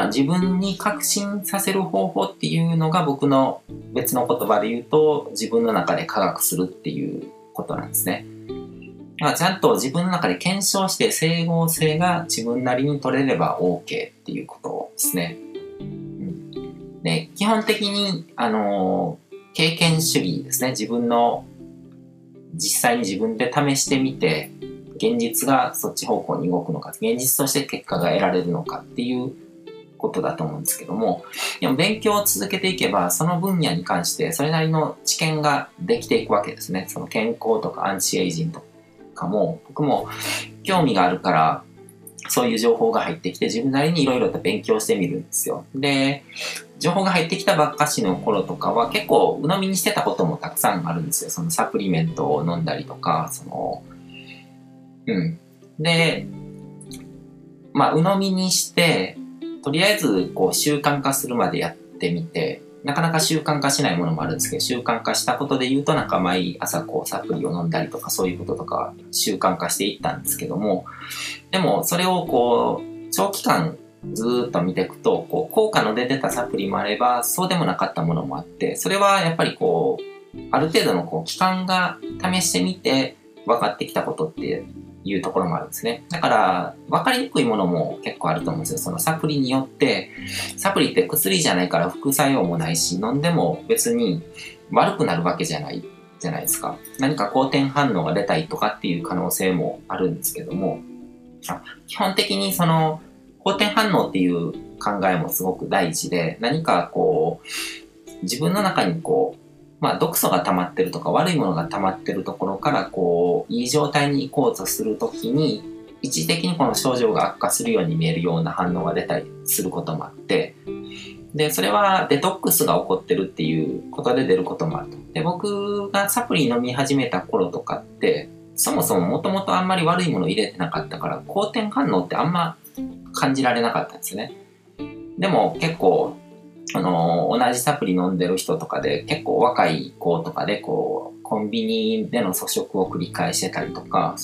自分に確信させる方法っていうのが僕の別の言葉で言うと自分の中で科学するっていうことなんですね。ちゃんと自分の中で検証して整合性が自分なりに取れれば OK っていうことですね。で、基本的に、経験主義ですね。実際に自分で試してみて、現実がそっち方向に動くのか、現実として結果が得られるのかっていうことだと思うんですけども、でも勉強を続けていけば、その分野に関してそれなりの知見ができていくわけですね。その健康とかアンチエイジングとかも、僕も興味があるから、そういう情報が入ってきて自分なりにいろいろと勉強してみるんですよ。で、情報が入ってきたばっかしの頃とかは結構鵜呑みにしてたこともたくさんあるんですよ。そのサプリメントを飲んだりとか、で、鵜呑みにして、とりあえず習慣化するまでやってみて、なかなか習慣化しないものもあるんですけど、習慣化したことで言うと毎朝サプリを飲んだりとかそういうこととか習慣化していったんですけども、でもそれを長期間ずーっと見ていくと効果の出てたサプリもあればそうでもなかったものもあって、それはやっぱりある程度の期間が試してみて分かってきたことっていうところもあるんですね。だから分かりにくいものも結構あると思うんですよ。そのサプリによって、サプリって薬じゃないから副作用もないし、飲んでも別に悪くなるわけじゃないじゃないですか。何か好転反応が出たりとかっていう可能性もあるんですけども、基本的にその好転反応っていう考えもすごく大事で、何か自分の中に毒素が溜まってるとか悪いものが溜まってるところからいい状態に行こうとするときに一時的にこの症状が悪化するように見えるような反応が出たりすることもあって、でそれはデトックスが起こってるっていうことで出ることもあると。で、僕がサプリ飲み始めた頃とかってそもそももともとあんまり悪いもの入れてなかったから好転反応ってあんま感じられなかったんですね。でも結構同じサプリ飲んでる人とかで結構若い子とかでコンビニでの粗食を繰り返してたりとか、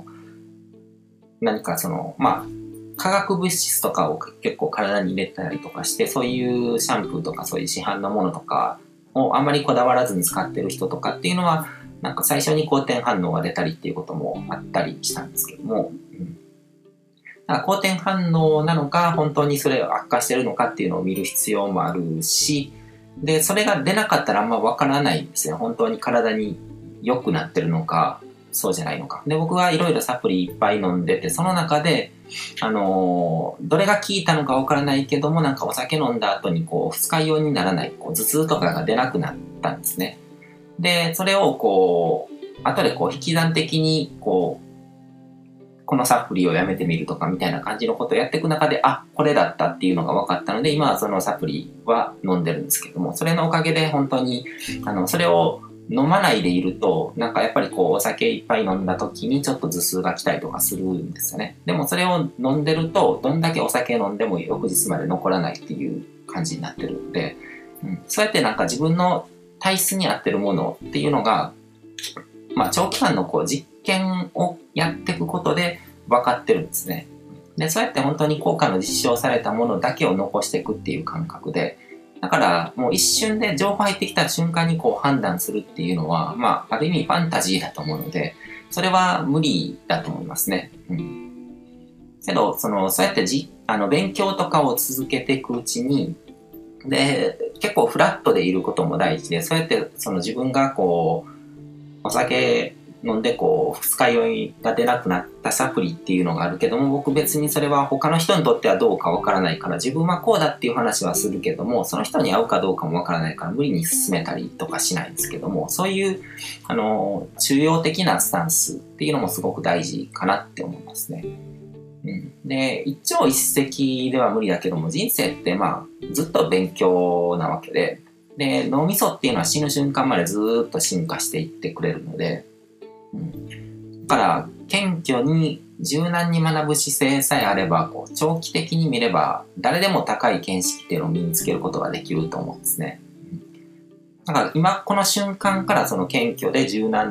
何か化学物質とかを結構体に入れたりとかして、そういうシャンプーとかそういう市販のものとかをあんまりこだわらずに使ってる人とかっていうのはなんか最初に好転反応が出たりっていうこともあったりしたんですけども、好転反応なのか本当にそれが悪化してるのかっていうのを見る必要もあるし、でそれが出なかったらあんま分からないんですよ。本当に体に良くなってるのかそうじゃないのか。で、僕はいろいろサプリいっぱい飲んでて、その中でどれが効いたのか分からないけども、なんかお酒飲んだ後に二日酔いにならない頭痛とかが出なくなったんですね。でそれを後で引き算的にこのサプリをやめてみるとかみたいな感じのことをやっていく中で、これだったっていうのが分かったので、今はそのサプリは飲んでるんですけども、それのおかげで本当にそれを飲まないでいると、なんかやっぱりお酒いっぱい飲んだ時にちょっと頭痛が来たりとかするんですよね。でもそれを飲んでると、どんだけお酒飲んでも翌日まで残らないっていう感じになってるんで、そうやってなんか自分の体質に合ってるものっていうのが、長期間の実験をやっていくことで分かってるんですね。で、そうやって本当に効果の実証されたものだけを残していくっていう感覚で、だからもう一瞬で情報入ってきた瞬間に判断するっていうのは、ある意味ファンタジーだと思うので、それは無理だと思いますね。けど、そうやって勉強とかを続けていくうちに、で、結構フラットでいることも大事で、そうやって自分がお酒飲んで二日酔いが出なくなったサプリっていうのがあるけども、僕別にそれは他の人にとってはどうかわからないから、自分はこうだっていう話はするけども、その人に合うかどうかもわからないから無理に進めたりとかしないんですけども、そういう中庸的なスタンスっていうのもすごく大事かなって思いますね。で、一朝一夕では無理だけども、人生ってずっと勉強なわけで、脳みそっていうのは死ぬ瞬間までずっと進化していってくれるので、だから謙虚に柔軟に学ぶ姿勢さえあれば、長期的に見れば誰でも高い見識っていうのを身につけることができると思うんですね。だから今この瞬間から謙虚で柔軟なっ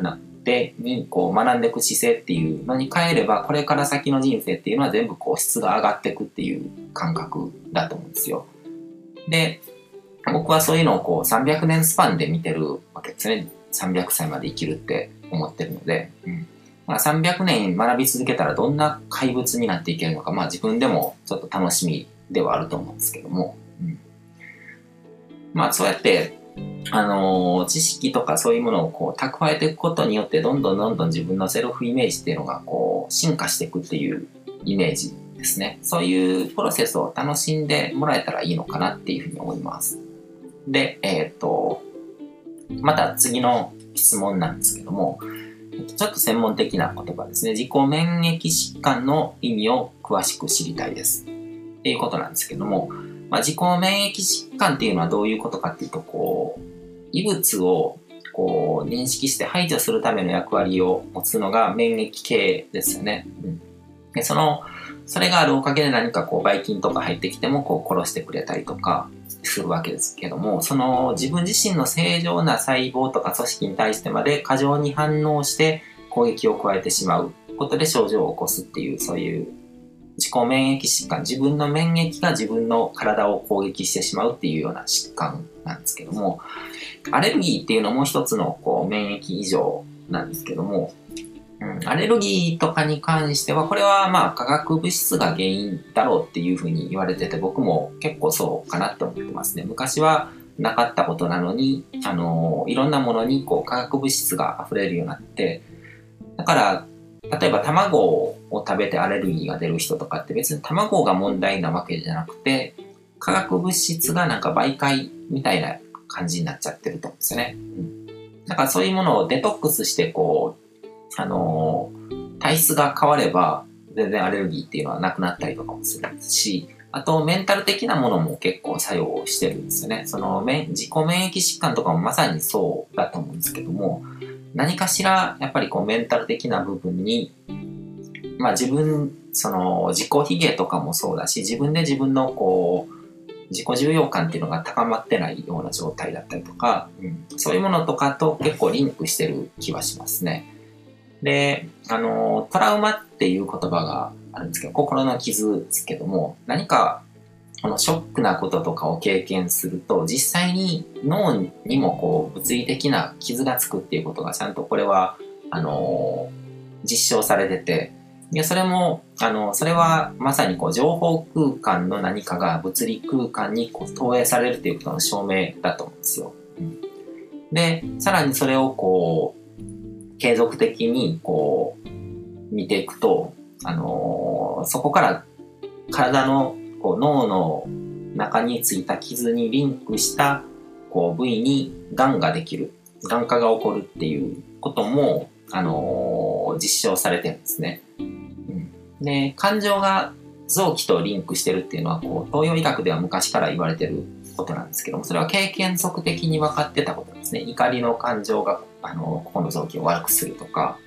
にこう学んでいく姿勢っていうのに変えれば、これから先の人生っていうのは全部こう質が上がっていくっていう感覚だと思うんですよ。で、僕はそういうのをこう300年スパンで見てるわけですね。300歳まで生きるって思ってるので、300年学び続けたらどんな怪物になっていけるのか、自分でもちょっと楽しみではあると思うんですけども、そうやって知識とかそういうものをこう蓄えていくことによってどんどん自分のセルフイメージっていうのがこう進化していくっていうイメージですね。そういうプロセスを楽しんでもらえたらいいのかなっていうふうに思います。で、また次の質問なんですけども、ちょっと専門的な言葉ですね。自己免疫疾患の意味を詳しく知りたいです。っていうことなんですけども、自己免疫疾患っていうのはどういうことかっていうと、こう、異物をこう認識して排除するための役割を持つのが免疫系ですよね。でそれがあるおかげで何かこう、ばい菌とか入ってきてもこう殺してくれたりとかするわけですけども、その自分自身の正常な細胞とか組織に対してまで過剰に反応して攻撃を加えてしまうことで症状を起こすっていう、そういう自己免疫疾患、自分の免疫が自分の体を攻撃してしまうっていうような疾患なんですけども、アレルギーっていうのも一つのこう免疫異常なんですけども、アレルギーとかに関しては、これは化学物質が原因だろうっていうふうに言われてて、僕も結構そうかなって思ってますね。昔はなかったことなのに、いろんなものにこう化学物質が溢れるようになって、だから例えば卵を食べてアレルギーが出る人とかって別に卵が問題なわけじゃなくて、化学物質がなんか媒介みたいな感じになっちゃってると思うんですよね。だからそういうものをデトックスしてこう、体質が変われば全然アレルギーっていうのはなくなったりとかもするし、あとメンタル的なものも結構作用してるんですよね。その自己免疫疾患とかもまさにそうだと思うんですけども、何かしらやっぱりこうメンタル的な部分に、自分、その自己卑下とかもそうだし、自分で自分のこう自己重要感っていうのが高まってないような状態だったりとか、そういうものとかと結構リンクしてる気はしますね。で、トラウマっていう言葉があるんですけど、心の傷ですけども、何かこのショックなこととかを経験すると、実際に脳にもこう物理的な傷がつくっていうことがちゃんとこれは、実証されてて、でそれも、それはまさにこう情報空間の何かが物理空間にこう投影されるっていうことの証明だと思うんですよ。で、さらにそれをこう、継続的にこう、見ていくと、そこから体のこう脳の中についた傷にリンクしたこう部位に癌ができる、癌化が起こるっていうことも、実証されてるんですね。で、感情が臓器とリンクしてるっていうのはこう東洋医学では昔から言われてることなんですけども、それは経験則的に分かってたことなんですね。怒りの感情がここの臓器を悪くするとか、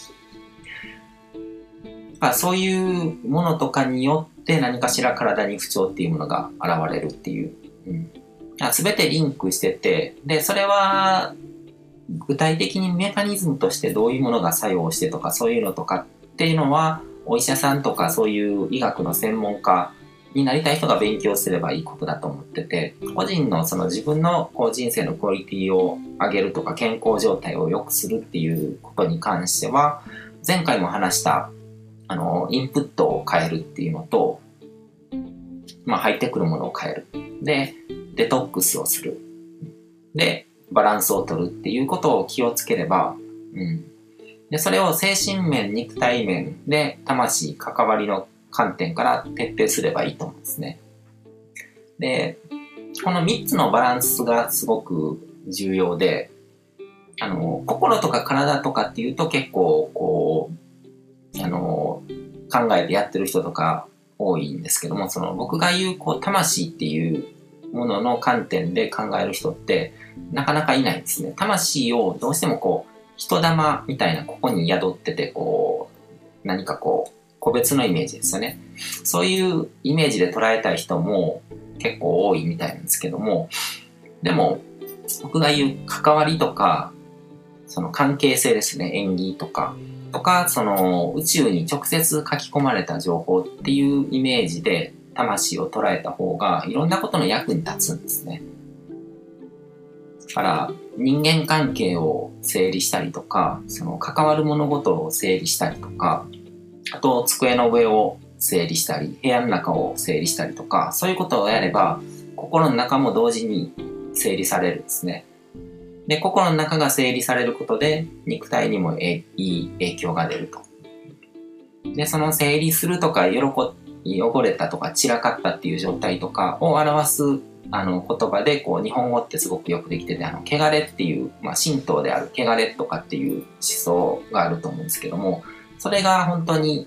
そういうものとかによって何かしら体に不調っていうものが現れるっていう、全てリンクしてて、でそれは具体的にメカニズムとしてどういうものが作用してとかそういうのとかっていうのはお医者さんとかそういう医学の専門家になりたい人が勉強すればいいことだと思ってて、個人のその自分のこう人生のクオリティを上げるとか健康状態を良くするっていうことに関しては、前回も話したインプットを変えるっていうのと、入ってくるものを変える。で、デトックスをする。で、バランスを取るっていうことを気をつければ、で、それを精神面、肉体面で魂、関わりの観点から徹底すればいいと思うんですね。で、この3つのバランスがすごく重要で、心とか体とかっていうと結構こう、考えてやってる人とか多いんですけども、その僕が言うこう魂っていうものの観点で考える人ってなかなかいないんですね。魂をどうしてもこう人玉みたいなここに宿ってて、こう何かこう個別のイメージですよね。そういうイメージで捉えたい人も結構多いみたいなんですけども、でも僕が言う関わりとかその関係性ですね、縁起とか、その宇宙に直接書き込まれた情報っていうイメージで魂を捉えた方がいろんなことの役に立つんですね。だから人間関係を整理したりとか、その関わる物事を整理したりとか、あと机の上を整理したり、部屋の中を整理したりとか、そういうことをやれば心の中も同時に整理されるんですね。で、心の中が整理されることで肉体にもいい影響が出ると。で、その整理するとか汚れたとか散らかったっていう状態とかを表す言葉でこう日本語ってすごくよくできてて、汚れっていう、神道である汚れとかっていう思想があると思うんですけども、それが本当に、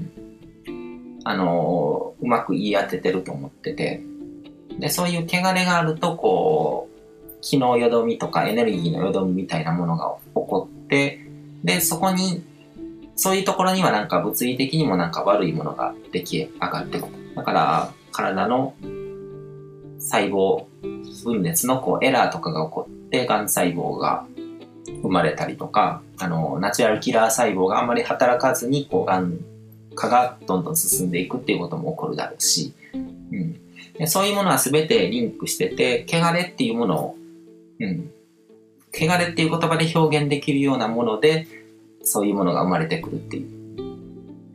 うまく言い当ててると思ってて、で、そういう汚れがあるとこう気のよどみとかエネルギーのよどみみたいなものが起こって、で、そういうところにはなんか物理的にもなんか悪いものが出来上がってくる。だから体の細胞分裂のこうエラーとかが起こってがん細胞が生まれたりとか、ナチュラルキラー細胞があんまり働かずにこうがん化がどんどん進んでいくっていうことも起こるだろうし、でそういうものは全てリンクしてて、汚れっていうものを汚れっていう言葉で表現できるようなもので、そういうものが生まれてくるっていう。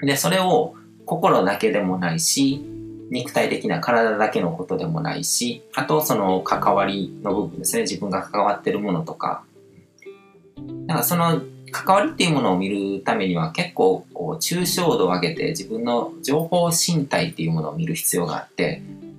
で、それを心だけでもないし、肉体的な体だけのことでもないし、あとその関わりの部分ですね。自分が関わってるものとか。だからその関わりっていうものを見るためには結構こう抽象度を上げて自分の情報身体っていうものを見る必要があって、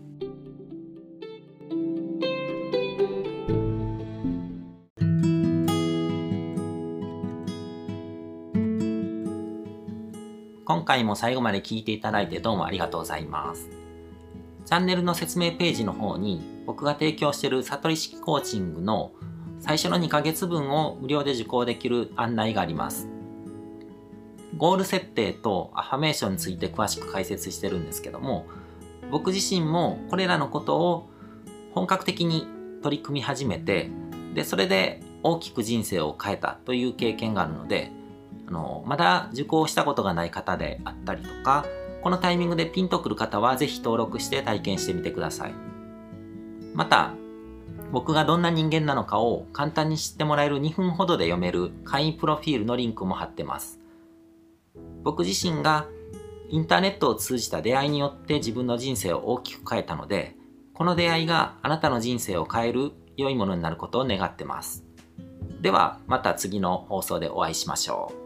今回も最後まで聞いていただいてどうもありがとうございます。チャンネルの説明ページの方に僕が提供している悟り式コーチングの最初の2ヶ月分を無料で受講できる案内があります。ゴール設定とアファメーションについて詳しく解説してるんですけども、僕自身もこれらのことを本格的に取り組み始めて、でそれで大きく人生を変えたという経験があるので、まだ受講したことがない方であったりとか、このタイミングでピンとくる方はぜひ登録して体験してみてください。また、僕がどんな人間なのかを簡単に知ってもらえる2分ほどで読める会員プロフィールのリンクも貼ってます。僕自身がインターネットを通じた出会いによって自分の人生を大きく変えたので、この出会いがあなたの人生を変える良いものになることを願ってます。ではまた次の放送でお会いしましょう。